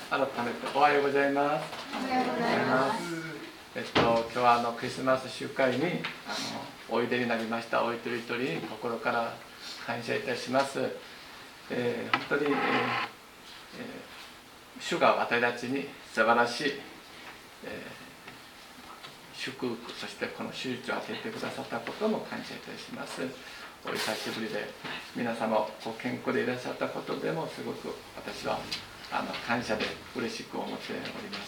改めておはようございます。 おはようございます。 今日はクリスマス集会においでになりましたお一人一人心から感謝いたします。本当に、主が私たちに素晴らしい、祝福、そしてこの手術を当ててくださったことも感謝いたします。お久しぶりで皆様ご健康でいらっしゃったことでもすごく私は感謝で嬉しく思っております。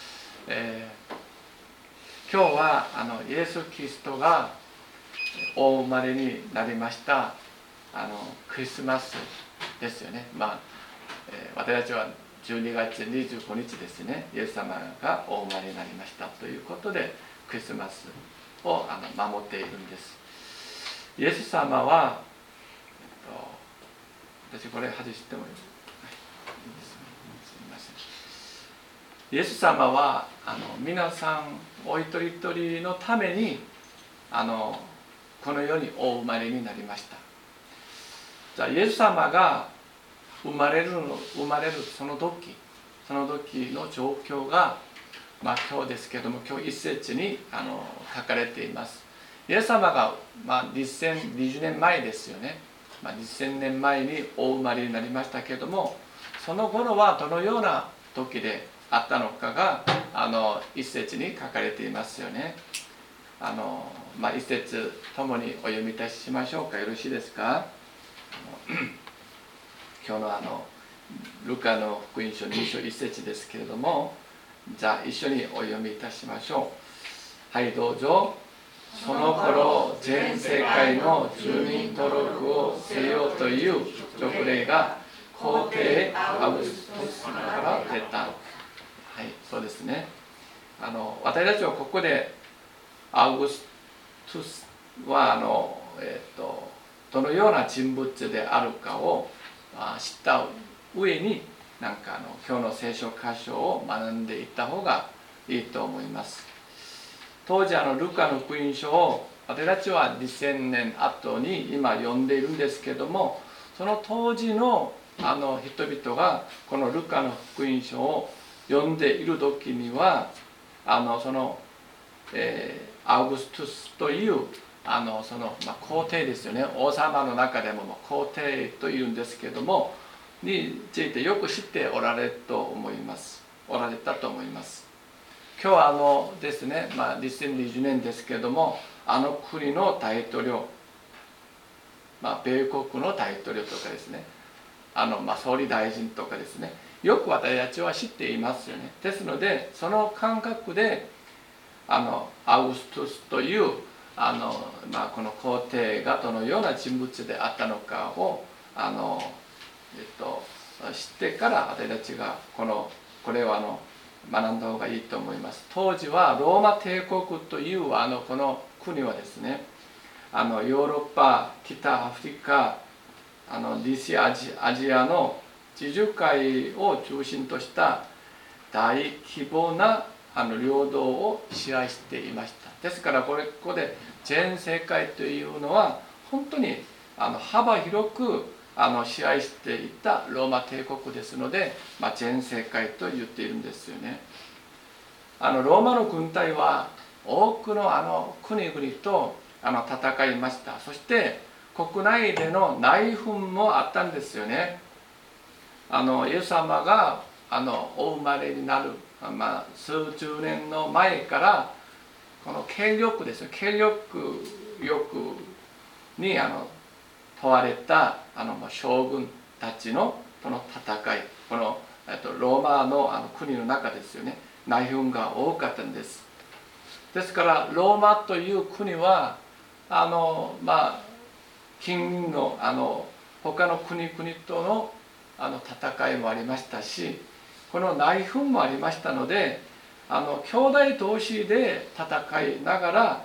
今日はイエス・キリストがお生まれになりましたクリスマスですよね。私たちは12月25日ですね、イエス様がお生まれになりましたということでクリスマスを守っているんです。イエス様は、私これ外してもいいですか？イエス様は皆さんお一人一人のためにこの世にお生まれになりました。じゃあイエス様が生まれるその時の状況が、今日ですけども、今日一節に書かれています。イエス様が、2020年前ですよね、2000年前にお生まれになりましたけども、その頃はどのような時であったのかが一節に書かれていますよね。一節ともにお読みいたしましょうか。よろしいですか？今日のルカの福音書2章1節ですけれども、じゃあ一緒にお読みいたしましょう。はい、どうぞ。その頃全世界の住民登録をせよという勅令が皇帝アウグストゥスから出た。はい、そうですね。私たちはここでアウグストゥスはどのような人物であるかを知った上に今日の聖書箇所を学んでいった方がいいと思います。当時ルカの福音書を私たちは2000年後に今読んでいるんですけども、その当時の人々がこのルカの福音書を読んでいる時にはその、アウグストゥスという皇帝ですよね。王様の中でも皇帝というんですけどもについてよく知っておられたと思います。今日はですね、2020年ですけれども、国の大統領、米国の大統領とかですね、総理大臣とかですね、よく私たちは知っていますよね。ですのでその感覚でアウグストゥスというこの皇帝がどのような人物であったのかを知ってから私たちがこれを学んだ方がいいと思います。当時はローマ帝国というこの国はですね、ヨーロッパ、北アフリカ、西アジアの地中海を中心とした大規模な領土を支配していました。ですからここで全世界というのは本当に幅広く支配していたローマ帝国ですので、全世界と言っているんですよね。ローマの軍隊は多くの国々と戦いました。そして国内での内紛もあったんですよね。イエス様がお生まれになる、数十年の前からこの権力ですよ、権力欲に問われた将軍たちのこの戦い、このローマの国の中ですよね、内紛が多かったんです。ですからローマという国は近隣の他の国々との戦いもありましたし、この内紛もありましたので、兄弟同士で戦いながら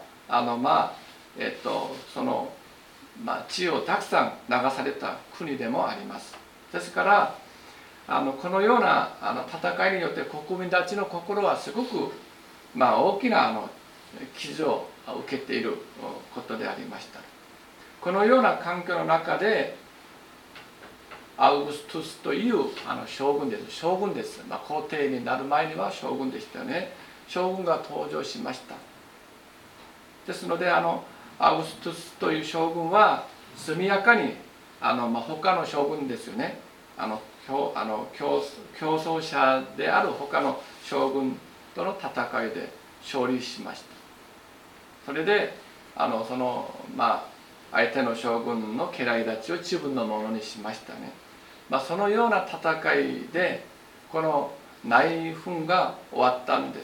血をたくさん流された国でもあります。ですからこのような戦いによって国民たちの心はすごく大きな傷を受けていることでありました。このような環境の中でアウグストゥスという将軍です。将軍です。皇帝になる前には将軍でしたよね。将軍が登場しました。ですのでアウグストゥスという将軍は速やかに他の将軍ですよね、競争者である他の将軍との戦いで勝利しました。それで相手の将軍の家来たちを自分のものにしましたね。そのような戦いでこの内紛が終わったんです。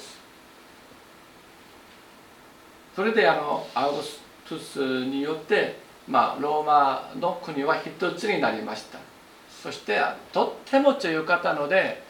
それでアウグストゥスによってローマの国は一つになりました。そしてとっても強かったので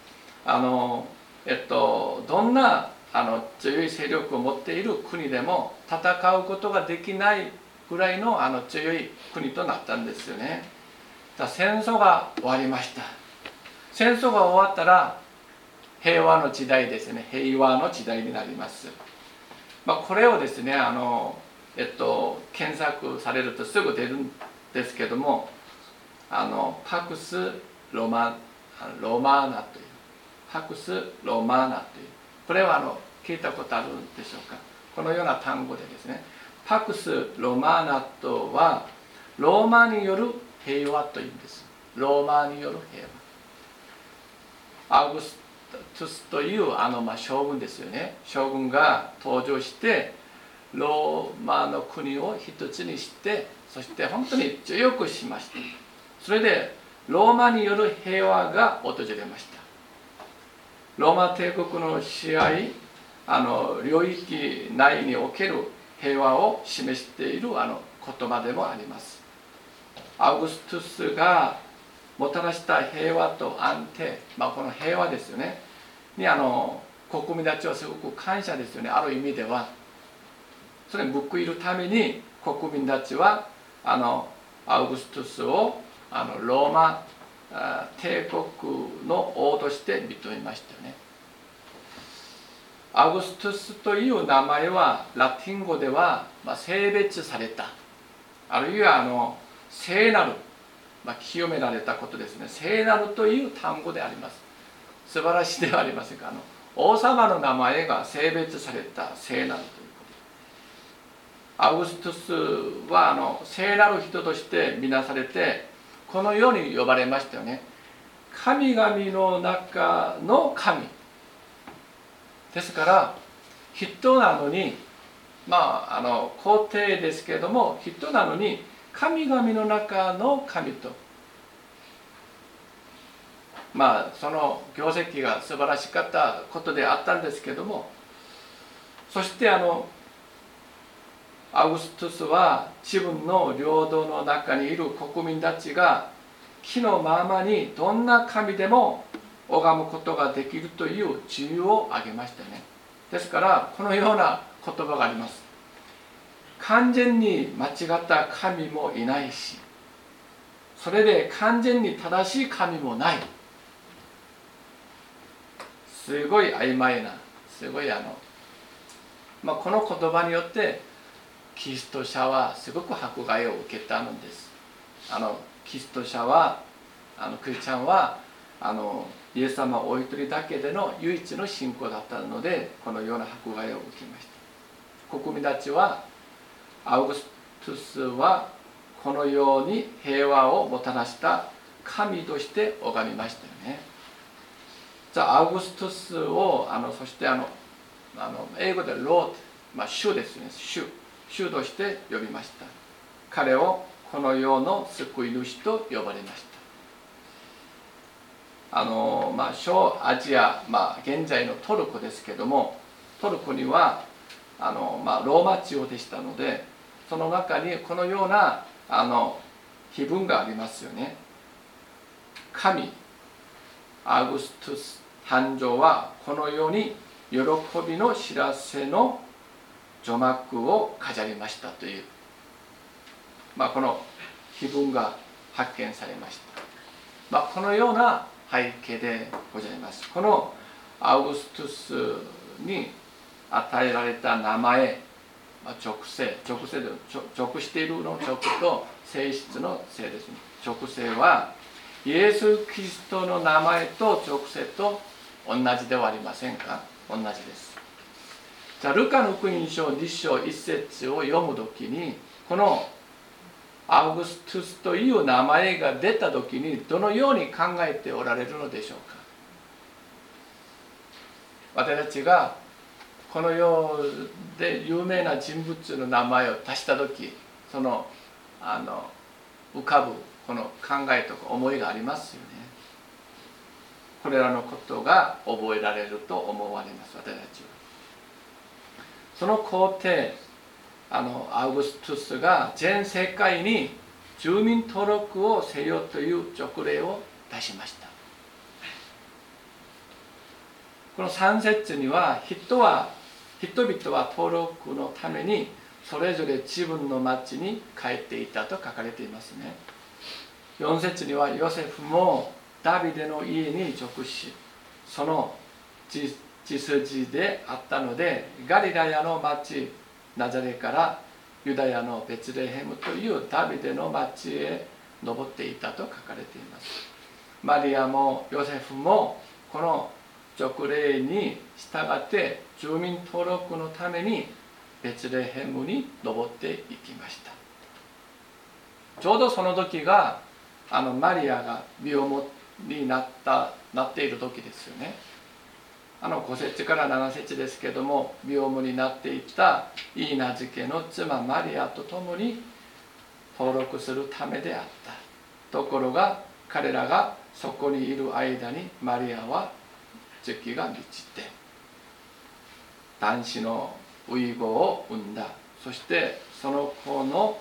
どんな強い勢力を持っている国でも戦うことができないぐらいの強い国となったんですよね。戦争が終わりました。戦争が終わったら平和の時代ですね。平和の時代になります。これをですね検索されるとすぐ出るんですけどもパクス・ロマーナというパクス・ロマーナというこれは聞いたことあるんでしょうか。このような単語でですねパクス・ロマーナとはローマによる平和というんです。ローマによる平和。アウグストゥスという将軍ですよね。将軍が登場してローマの国を一つにしてそして本当に強くしました。それでローマによる平和が訪れました。ローマ帝国の支配領域内における平和を示している言葉でもあります。アウグストゥスがもたらした平和と安定、この平和ですよねに国民たちはすごく感謝ですよね。ある意味ではそれに報いるために国民たちはアウグストゥスをローマ帝国の王として認めましたよね。アウグストゥスという名前はラテン語では聖別された、あるいは聖なる、清められたことですね。聖なるという単語であります。素晴らしいではありませんか。王様の名前が聖別された聖なるということ。アウグストゥスは聖なる人として見なされてこのように呼ばれましたよね。神々の中の神ですから人なのに皇帝ですけれども人なのに神々の中の神とその業績が素晴らしかったことであったんですけれども、そしてアウグストゥスは自分の領土の中にいる国民たちが気のままにどんな神でも拝むことができるという自由を挙げましたね。ですからこのような言葉があります。完全に間違った神もいないしそれで完全に正しい神もない、すごい曖昧なすごいこの言葉によってキリスト者はすごく迫害を受けたのです。キリスト者はクリスチャンはイエス様お一人だけでの唯一の信仰だったのでこのような迫害を受けました。国民たちはアウグストゥスはこのように平和をもたらした神として拝みましたよね。じゃあアウグストゥスをそして英語でロード、主ですね、主として呼びました。彼をこの世の救い主と呼ばれました。小アジア、現在のトルコですけどもトルコにはローマ地方でしたのでその中にこのような碑文がありますよね。神アウグストゥス誕生はこのように喜びの知らせの序幕を飾りましたという、この碑文が発見されました。このような背景でございます。このアウグストゥスに与えられた名前、直しているの直と性質の性ですね。直性はイエス・キリストの名前と直接と同じではありませんか？同じです。じゃあルカの福音書2章1節を読むときに、このアウグストゥスという名前が出たときにどのように考えておられるのでしょうか？私たちがこの世で有名な人物の名前を足したとき、その浮かぶこの考えとか思いがありますよね。これらのことが覚えられると思われます、私たちは。その皇帝アウグストゥスが全世界に住民登録をせよという勅令を出しました。この3節には人々は登録のためにそれぞれ自分の町に帰っていたと書かれていますね。4節にはヨセフもダビデの家に属し、その血筋であったのでガリラヤの町ナザレからユダヤのベツレヘムというダビデの町へ登っていたと書かれています。マリアもヨセフもこの勅令に従って住民登録のためにベツレヘムに登っていきました。ちょうどその時がマリアが身重になっている時ですよね。5節から7節ですけども、身重になっていたイーナ漬けの妻マリアと共に登録するためであった。ところが彼らがそこにいる間にマリアは時期が満ちて男子の遺子を産んだ。そしてその子の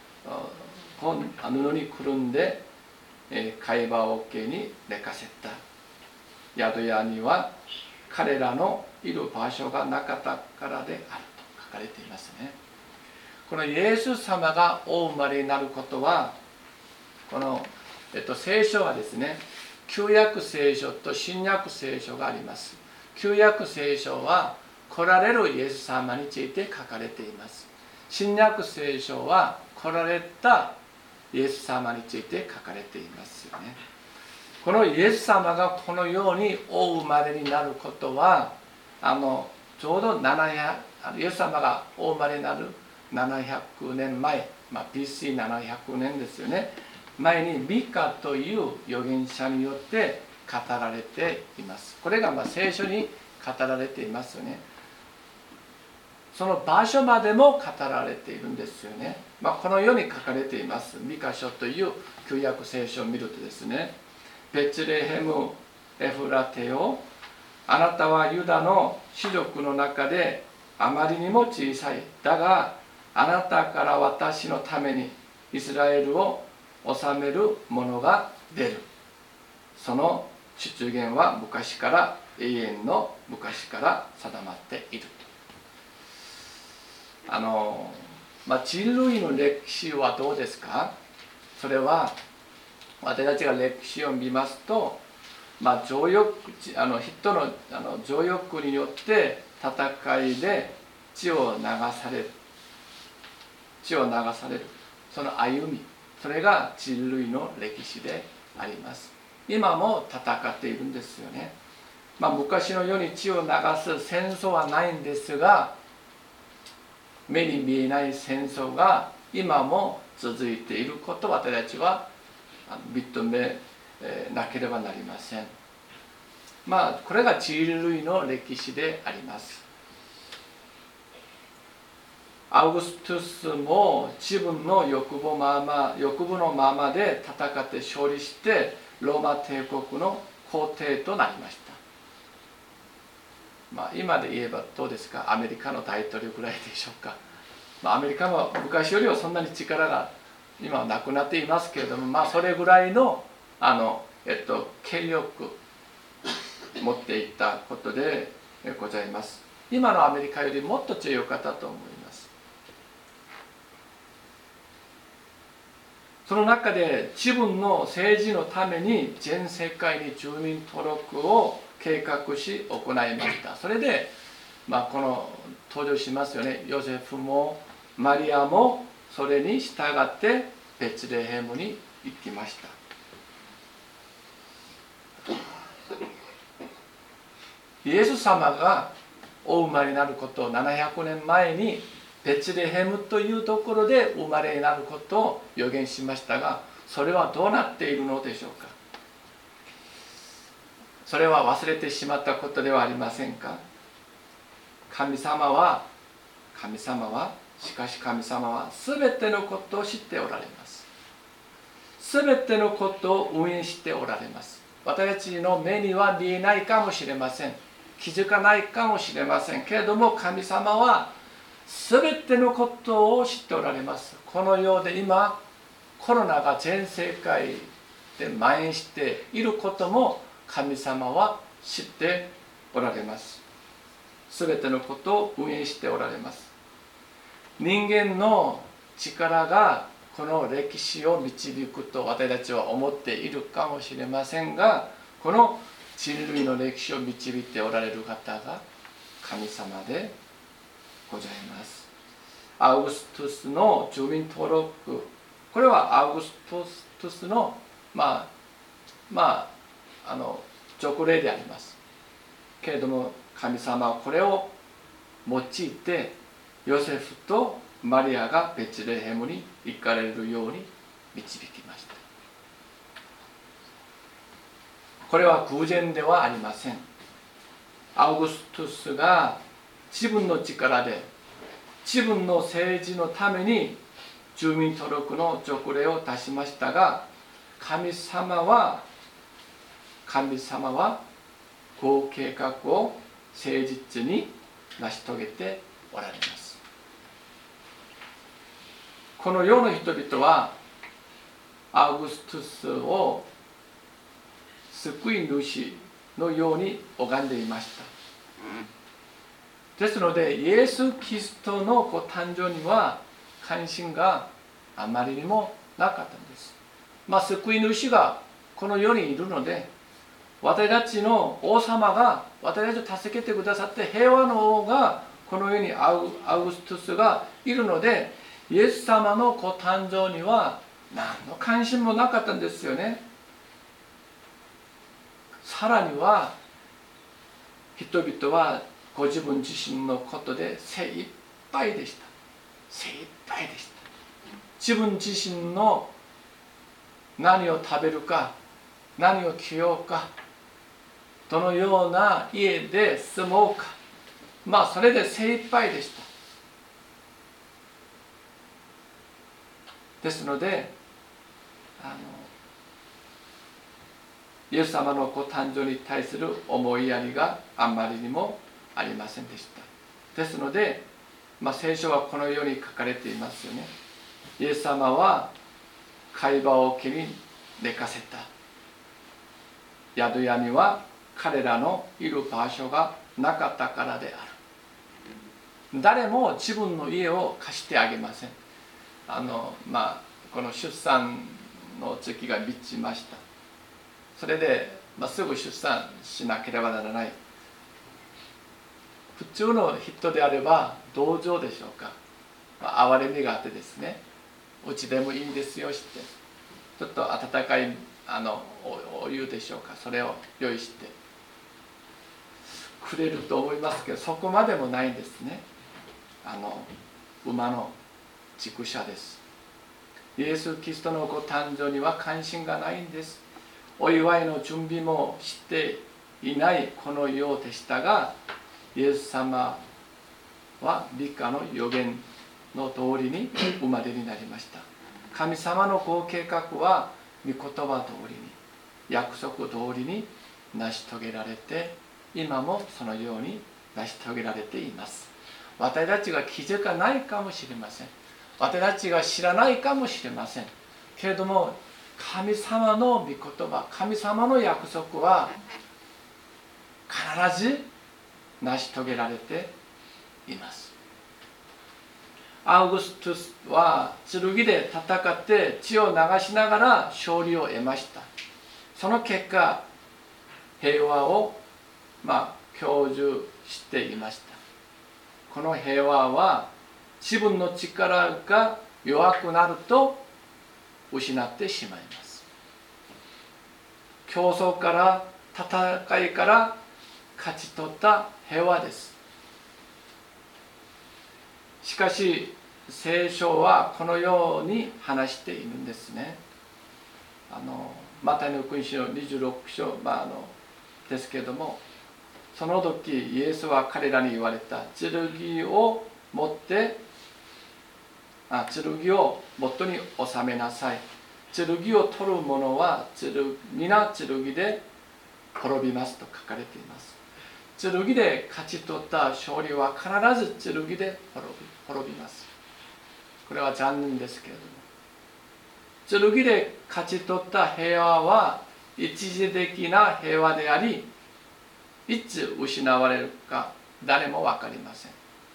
布にくるんで貝羽桶に寝かせた。宿屋には彼らのいる場所がなかったからであると書かれていますね。このイエス様がお生まれになることは、この、聖書はですね、旧約聖書と新約聖書があります。旧約聖書は来られるイエス様について書かれています。新約聖書は来られたイエス様について書かれていますよね。このイエス様がこのようにお生まれになることは、ちょうどイエス様がお生まれになる700年前、BC700 年ですよね。前にミカという預言者によって語られています。これが聖書に語られていますよね。その場所までも語られているんですよね。このように書かれています。ミカ書という旧約聖書を見るとですね、ベツレヘムエフラテよ、あなたはユダの氏族の中であまりにも小さい。だがあなたから私のためにイスラエルを治める者が出る。その出現は昔から永遠の昔から定まっている。人類の歴史はどうですか？それは私たちが歴史を見ますと、人の情欲によって戦いで血を流されるその歩み、それが人類の歴史であります。今も戦っているんですよね。昔のように血を流す戦争はないんですが、目に見えない戦争が今も続いていることを私たちは認めなければなりません。これが人類の歴史であります。アウグストゥスも自分の欲望のままで戦って勝利してローマ帝国の皇帝となりました。今で言えばどうですか？アメリカの大統領ぐらいでしょうか。アメリカは昔よりはそんなに力が今はなくなっていますけれども、それぐらいの権力持っていたことでございます。今のアメリカよりもっと強かったと思います。その中で自分の政治のために全世界に住民登録を計画し行いました。それで、この登場しますよね。ヨセフもマリアもそれに従ってベツレヘムに行きました。 イエス様がお生まれになることを700年前にベツレヘムというところでお生まれになることを予言しましたが、それはどうなっているのでしょうか。それは忘れてしまったことではありませんか。神様は全てのことを知っておられます。全てのことを運営しておられます。私たちの目には見えないかもしれません。気づかないかもしれませんけれども、神様は全てのことを知っておられます。この世で今コロナが全世界で蔓延していることも神様は知っておられます。全てのことを運営しておられます。人間の力がこの歴史を導くと私たちは思っているかもしれませんが、この人類の歴史を導いておられる方が神様でございます。アウグストゥスの住民登録、これはアウグストゥスの勅令でありますけれども、神様はこれを用いてヨセフとマリアがベツレヘムに行かれるように導きました。これは偶然ではありません。アウグストゥスが自分の力で自分の政治のために住民登録の勅令を出しましたが、神様はこう計画を誠実に成し遂げておられます。この世の人々はアウグストゥスを救い主のように拝んでいました。ですのでイエス・キリストの誕生には関心があまりにもなかったんです。救い主がこの世にいるので、私たちの王様が私たちを助けてくださって、平和の王がこの世にアウグストゥスがいるので、イエス様の誕生には何の関心もなかったんですよね。さらには人々はご自分自身のことで精一杯でした。自分自身の何を食べるか、何を着ようか、どのような家で住もうか、それで精一杯でした。ですのでイエス様の誕生に対する思いやりがあまりにもありませんでした。ですので、聖書はこのように書かれていますよね。イエス様は貝羽桶に寝かせた。宿屋には彼らのいる場所がなかったからである。誰も自分の家を貸してあげません。この出産の時が満ちました。それで、すぐ出産しなければならない。普通の人であれば同情でしょうか、憐れみがあってですね、うちでもいいんですよって、ちょっと温かいお湯でしょうか、それを用意してくれると思いますけど、そこまでもないんですね。馬の畜舎です。イエス・キリストの誕生には関心がないんです。お祝いの準備もしていないこの世でしたが、イエス様はミカの予言の通りに生まれになりました。神様のご計画は御言葉通りに、約束通りに成し遂げられて、今もそのように成し遂げられています。私たちが気づかないかもしれません。私たちが知らないかもしれませんけれども、神様の御言葉、神様の約束は必ず成し遂げられています。アウグストゥスは剣で戦って血を流しながら勝利を得ました。その結果、平和を享受していました。この平和は自分の力が弱くなると失ってしまいます。競争から戦いから勝ち取った平和です。しかし聖書はこのように話しているんですね。マタイの福音書の26章、ですけれども、その時イエスは彼らに言われた。剣を持って剣を元に収めなさい。剣を取る者は皆剣で滅びますと書かれています。剣で勝ち取った勝利は必ず剣で滅びます。これは残念ですけれども、剣で勝ち取った平和は一時的な平和であり、いつ失われるか誰も分かりません。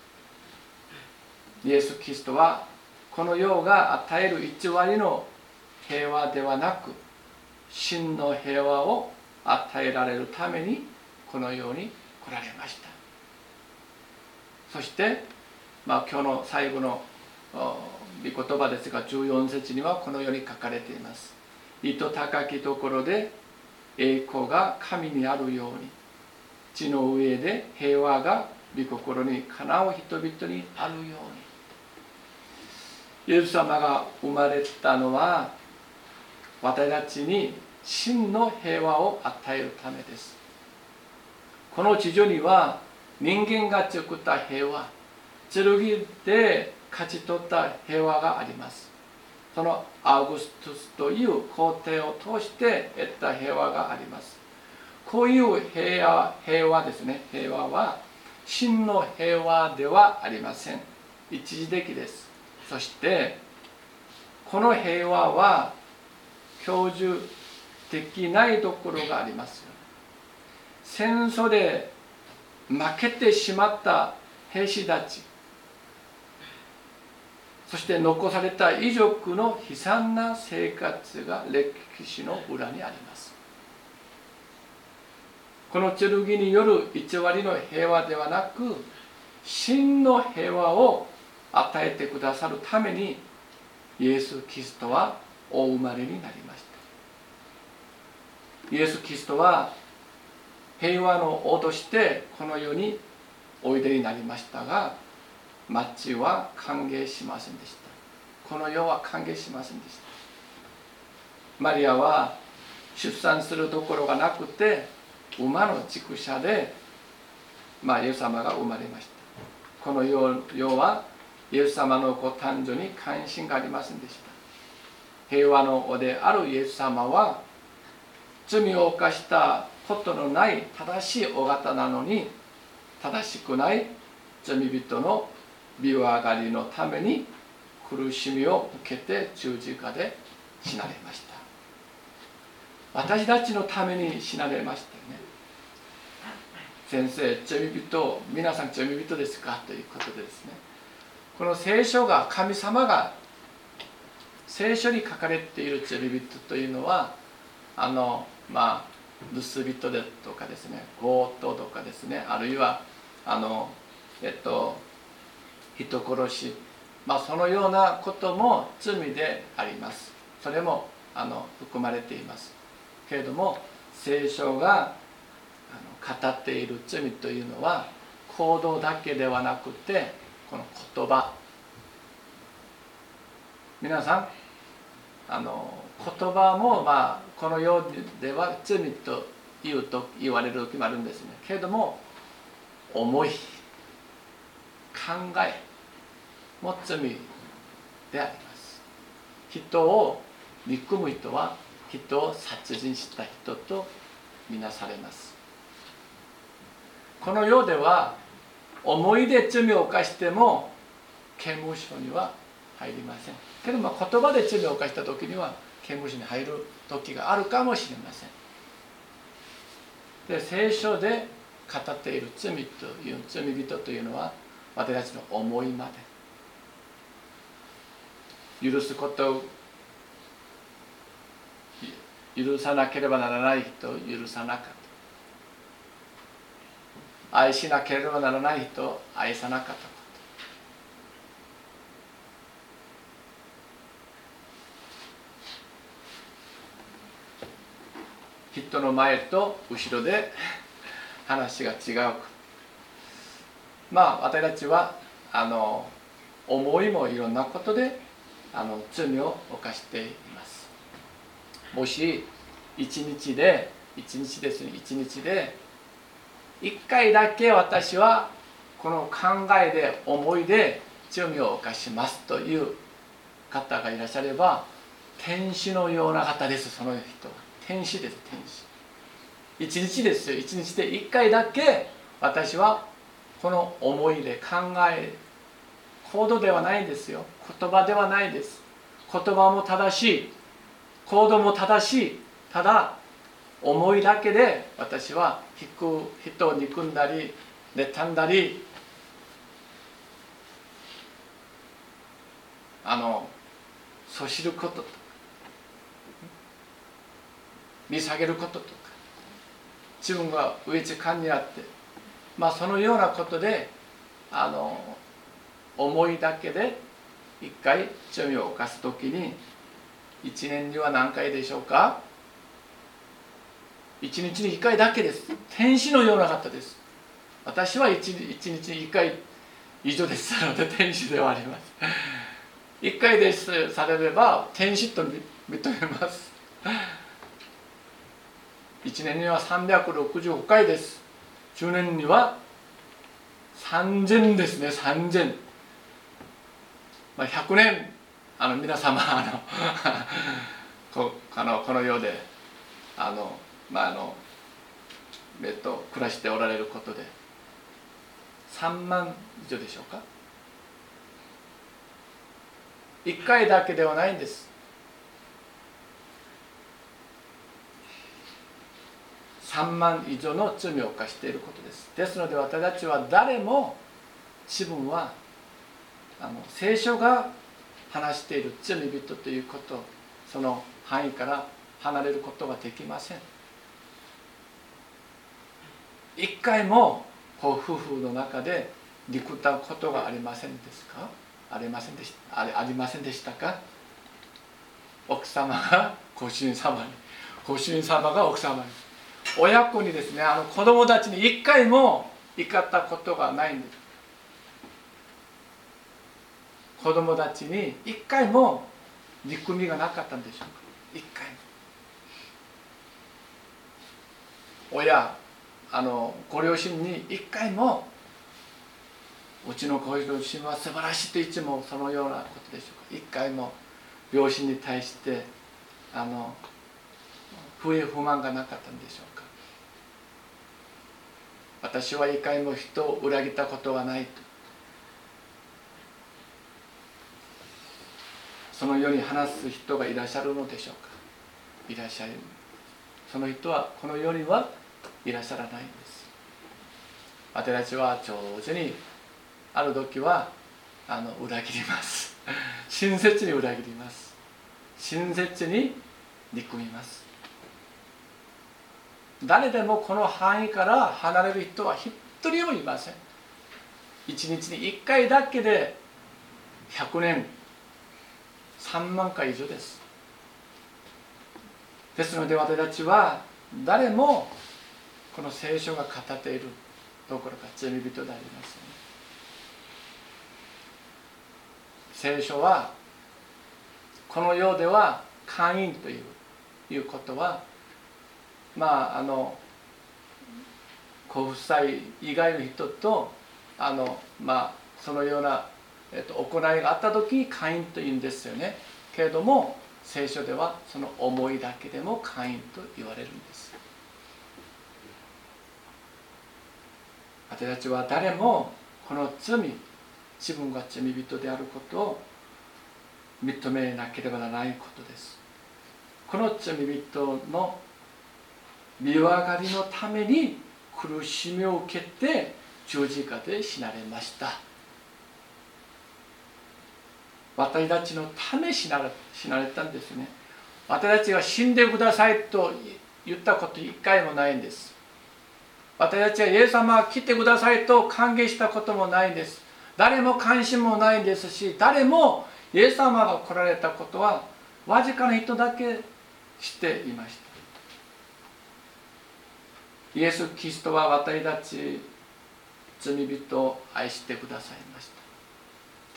イエス・キリストはこの世が与える偽りの平和ではなく、真の平和を与えられるためにこの世に来られました。そして、今日の最後の御言葉ですが、14節にはこのように書かれています。糸高きところで栄光が神にあるように、地の上で平和が御心にかなう人々にあるように。イエス様が生まれたのは私たちに真の平和を与えるためです。この地上には人間が作った平和、剣で勝ち取った平和があります。そのアウグストゥスという皇帝を通して得た平和があります。こういう平和ですね。平和は真の平和ではありません。一時的です。そしてこの平和は享受できないところがあります。戦争で負けてしまった兵士たち、そして残された遺族の悲惨な生活が歴史の裏にあります。この剣による偽りの平和ではなく、真の平和を与えてくださるためにイエス・キリストはお生まれになりました。イエス・キリストは平和の王としてこの世においでになりましたが、町は歓迎しませんでした。この世は歓迎しませんでした。マリアは出産するところがなくて、馬の畜舎で、イエス様が生まれました。この世はイエス様のご誕生に関心がありませんでした。平和の王であるイエス様は罪を犯したことのない正しいお方なのに、正しくない罪人の身上がりのために苦しみを受けて十字架で死なれました。私たちのために死なれましたよね。先生、罪人、皆さん罪人ですかということでですね、この聖書が、神様が聖書に書かれている罪人というのは、盗人でとかですね、強盗とかですね、あるいは人殺し、そのようなことも罪であります。それも含まれていますけれども、聖書が語っている罪というのは行動だけではなくて、この言葉、皆さん言葉もこの世では罪と言われる時もあるんですね。けれども思い、考えも罪であります。人を憎む人は人を殺人した人とみなされます。この世では思いで罪を犯しても刑務所には入りませんけども、言葉で罪を犯した時には刑務所に入る時があるかもしれません。で、聖書で語っている罪人というのは、私たちの思いまで許すことを許さなければならない人を許さなかった、愛しなければならない人を愛さなかったこと、 人の前と後ろで話が違う。私たちは思いもいろんなことで罪を犯しています。もし一日で1回だけ私はこの考えで思いで罪を犯しますという方がいらっしゃれば、天使のような方です。その人は天使です。天使、一日ですよ。一日で1回だけ私はこの思いで考え、行動ではないんですよ。言葉ではないです。言葉も正しい、行動も正しい。ただ思いだけで私は人を憎んだり妬んだりそしることとか見下げることとか、自分が上地感にあって、そのようなことで思いだけで一回罪を犯すときに、1年には何回でしょうか。1日に1回だけです。天使のような方です。私は 1日に1回以上ですので天使ではあります。1回ですされれば天使と認めます。1年には365回です。10年には3000ですね。3000、100年皆様この世で暮らしておられることで3万以上でしょうか。1回だけではないんです。3万以上の罪を犯していることです。ですので私たちは誰も自分は聖書が話している罪人ということ、その範囲から離れることができません。一回も夫婦の中で憎んだことがありませんですか？ありませんでしたか？奥様がご主人様に、ご主人様が奥様に、親子にですね、子供たちに一回も怒ったことがないんです。子供たちに一回も憎みがなかったんでしょうか？一回も。親、ご両親に一回もうちのご両親は素晴らしいといつもそのようなことでしょうか？一回も両親に対して不平不満がなかったんでしょうか？私は一回も人を裏切ったことはないと、そのように話す人がいらっしゃるのでしょうか？いらっしゃる。その人はこの世にはいらっしゃらないんです。私たちは上手にある時は裏切ります。親切に裏切ります。親切に憎みます。誰でもこの範囲から離れる人は一人もいません。一日に一回だけで100年3万回以上です。ですので私たちは誰もこの聖書が語っているどころか罪人であります、ね。聖書はこの世では姦淫ということはご夫妻以外の人とそのような、行いがあった時に姦淫というんですよね。けれども聖書ではその思いだけでも姦淫と言われるんです。私たちは誰もこの罪、自分が罪人であることを認めなければならないことです。この罪人の身上がりのために苦しみを受けて十字架で死なれました。私たちのため死なれたんですね。私たちが死んでくださいと言ったこと一回もないんです。私たちはイエス様が来てくださいと歓迎したこともないんです。誰も関心もないんですし、誰もイエス様が来られたことはわずかな人だけ知っていました。 イエス・キリストは私たち罪人を愛してくださいました。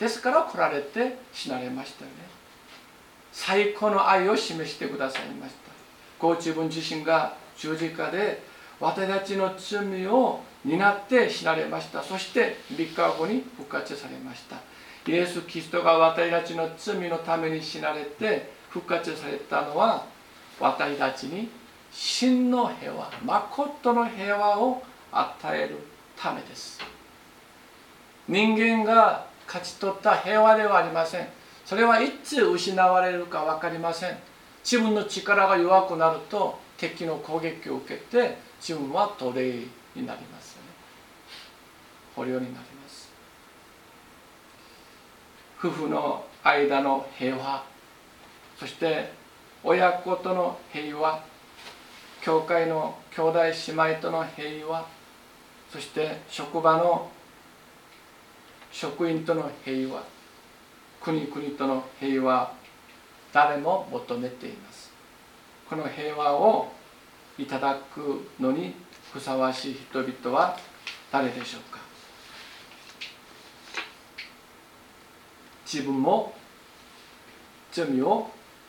ですから来られて死なれましたよね。最高の愛を示してくださいました。ご自分自身が十字架で私たちの罪を担って死なれました。そして3日後に復活されました。イエス・キリストが私たちの罪のために死なれて復活されたのは、私たちに真の平和、誠の平和を与えるためです。人間が勝ち取った平和ではありません。それはいつ失われるか分かりません。自分の力が弱くなると敵の攻撃を受けて自分は奴隷になりますよね。捕虜になります。夫婦の間の平和、そして親子との平和、教会の兄弟姉妹との平和、そして職場の職員との平和、国々との平和、誰も求めています。この平和をいただくのにふさわしい人々は誰でしょうか。自分の罪を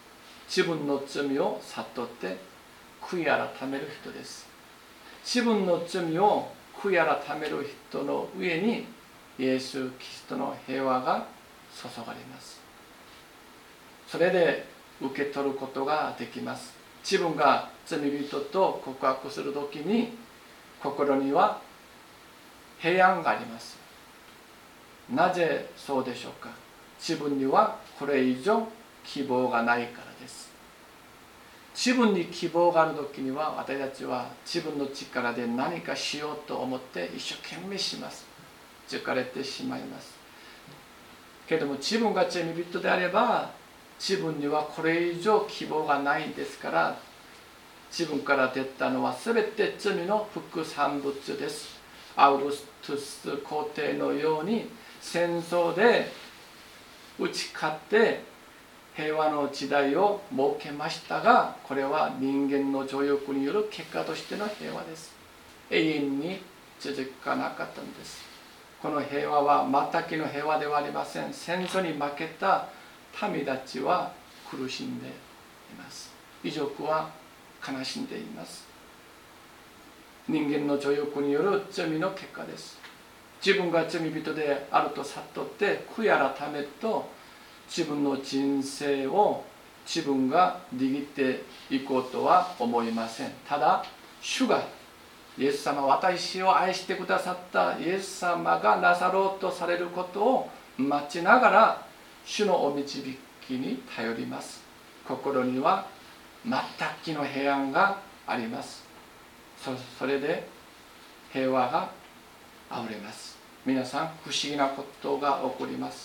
悟って悔い改める人です。自分の罪を悔い改める人の上にイエス・キリストの平和が注がれます。それで受け取ることができます。自分が罪人と告白するときに心には平安があります。なぜそうでしょうか。自分にはこれ以上希望がないからです。自分に希望があるときには私たちは自分の力で何かしようと思って一生懸命します。疲れてしまいます。けれども自分が罪人であれば自分にはこれ以上希望がないんですから、自分から出たのは全て罪の副産物です。アウグストゥス皇帝のように戦争で打ち勝って平和の時代を設けましたが、これは人間の情欲による結果としての平和です。永遠に続かなかったんです。この平和は全くの平和ではありません。戦争に負けた民たちは苦しんでいます。遺族は悲しんでいます。人間の情欲による罪の結果です。自分が罪人であると悟って悔い改めると、自分の人生を自分が握っていこうとは思いません。ただ主がイエス様、私を愛してくださったイエス様がなさろうとされることを待ちながら主のお導きに頼ります。心には全くの平安があります。それで平和があふれます。皆さん、不思議なことが起こります。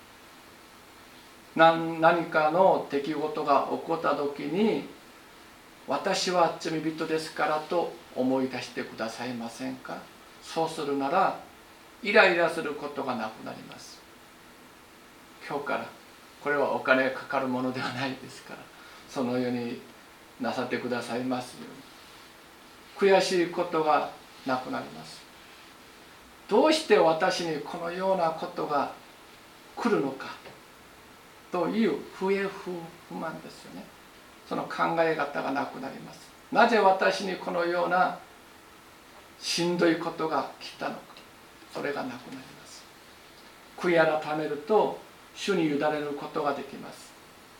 何かの出来事が起こった時に、私は罪人ですからと思い出してくださいませんか。そうするならイライラすることがなくなります。今日からこれはお金がかかるものではないですから、そのようになさってくださいますように。悔しいことがなくなります。どうして私にこのようなことが来るのかという不平不満ですよね。その考え方がなくなります。なぜ私にこのようなしんどいことが来たのか、それがなくなります。悔い改めると主に委ねることができます。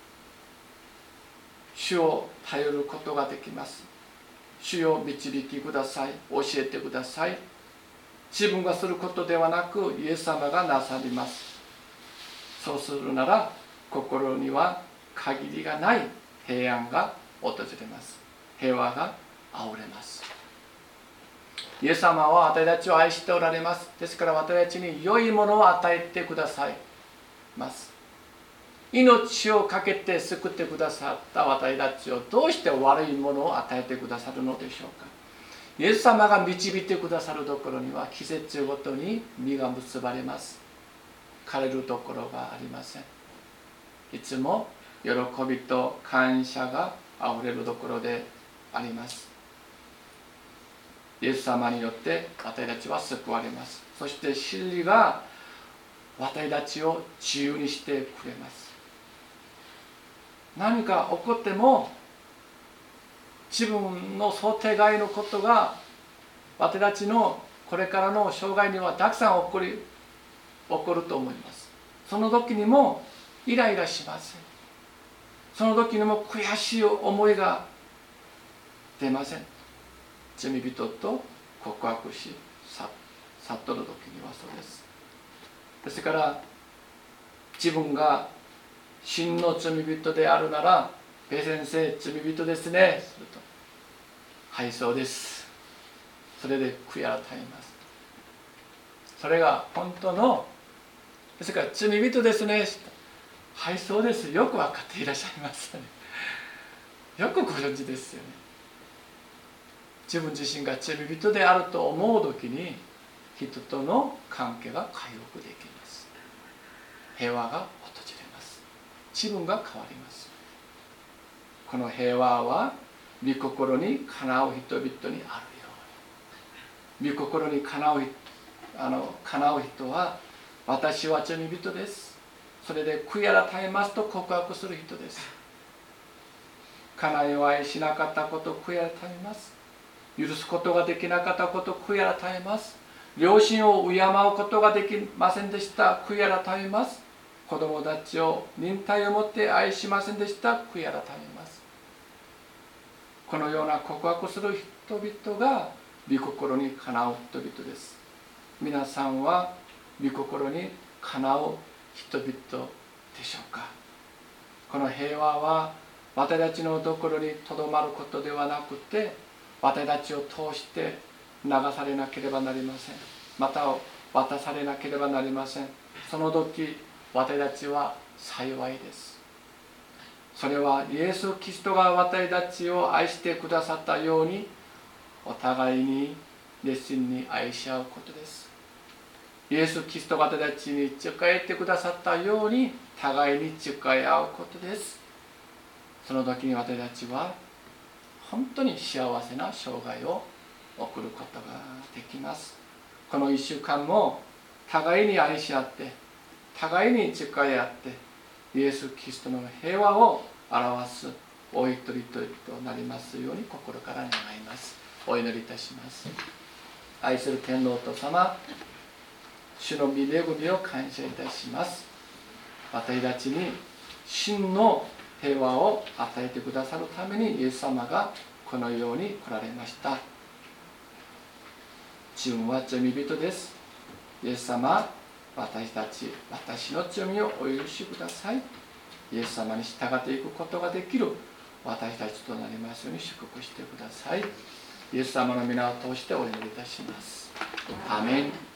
主を頼ることができます。主を導きください、教えてください。自分がすることではなくイエス様がなさります。そうするなら心には限りがない平安が訪れます。平和があふれます。イエス様は私たちを愛しておられます。ですから私たちに良いものを与えてくださいます。命を懸けて救ってくださった私たちをどうして悪いものを与えてくださるのでしょうか。イエス様が導いてくださるところには季節ごとに実が結ばれます。枯れるところがありません。いつも喜びと感謝があふれるところであります。 イエス様によって私たちは救われます。そして真理が私たちを自由にしてくれます。何か起こっても自分の想定外のことが私たちのこれからの生涯にはたくさん起こると思います。その時にもイライラしません。その時にも悔しい思いが出ません。罪人と告白し悟る時にはそうです。ですから自分が真の罪人であるなら、ペ先生罪人ですね、すると、はいそうです、それで悔い改めます。それが本当の、ですから罪人ですね、はいそうです、よく分かっていらっしゃいますね。よくご存知ですよね。自分自身が罪人であると思う時に人との関係が回復できます。平和が訪れます。自分が変わります。この平和は御心にかなう人々にあるように、御心にかなう人は、私は罪人です、それで悔い改めますと告白する人です。家内を愛しなかったことを悔い改めます。許すことができなかったことを悔い改めます。両親を敬うことができませんでした、悔い改めます。子供たちを忍耐を持って愛しませんでした、悔い改めます。このような告白する人々が御心にかなう人々です。皆さんは御心にかなう人々でしょうか。この平和は私たちのところにとどまることではなくて、私たちを通して流されなければなりません。また渡されなければなりません。その時私たちは幸いです。それはイエス・キリストが私たちを愛してくださったように、お互いに熱心に愛し合うことです。イエス・キリストが私たちに仕えてくださったように互いに仕え合うことです。その時に私たちは本当に幸せな生涯を送ることができます。この1週間も互いに愛し合って、互いに仕え合って、イエス・キリストの平和を表すお一人一人となりますように心から願います。お祈りいたします。愛する天皇と様、主の御恵みを感謝いたします。私たちに真の平和を与えてくださるためにイエス様がこのように来られました。自分は罪人です。イエス様、私の罪をお許しください。イエス様に従っていくことができる私たちとなりますように祝福してください。イエス様の皆を通してお祈りいたします。アーメン。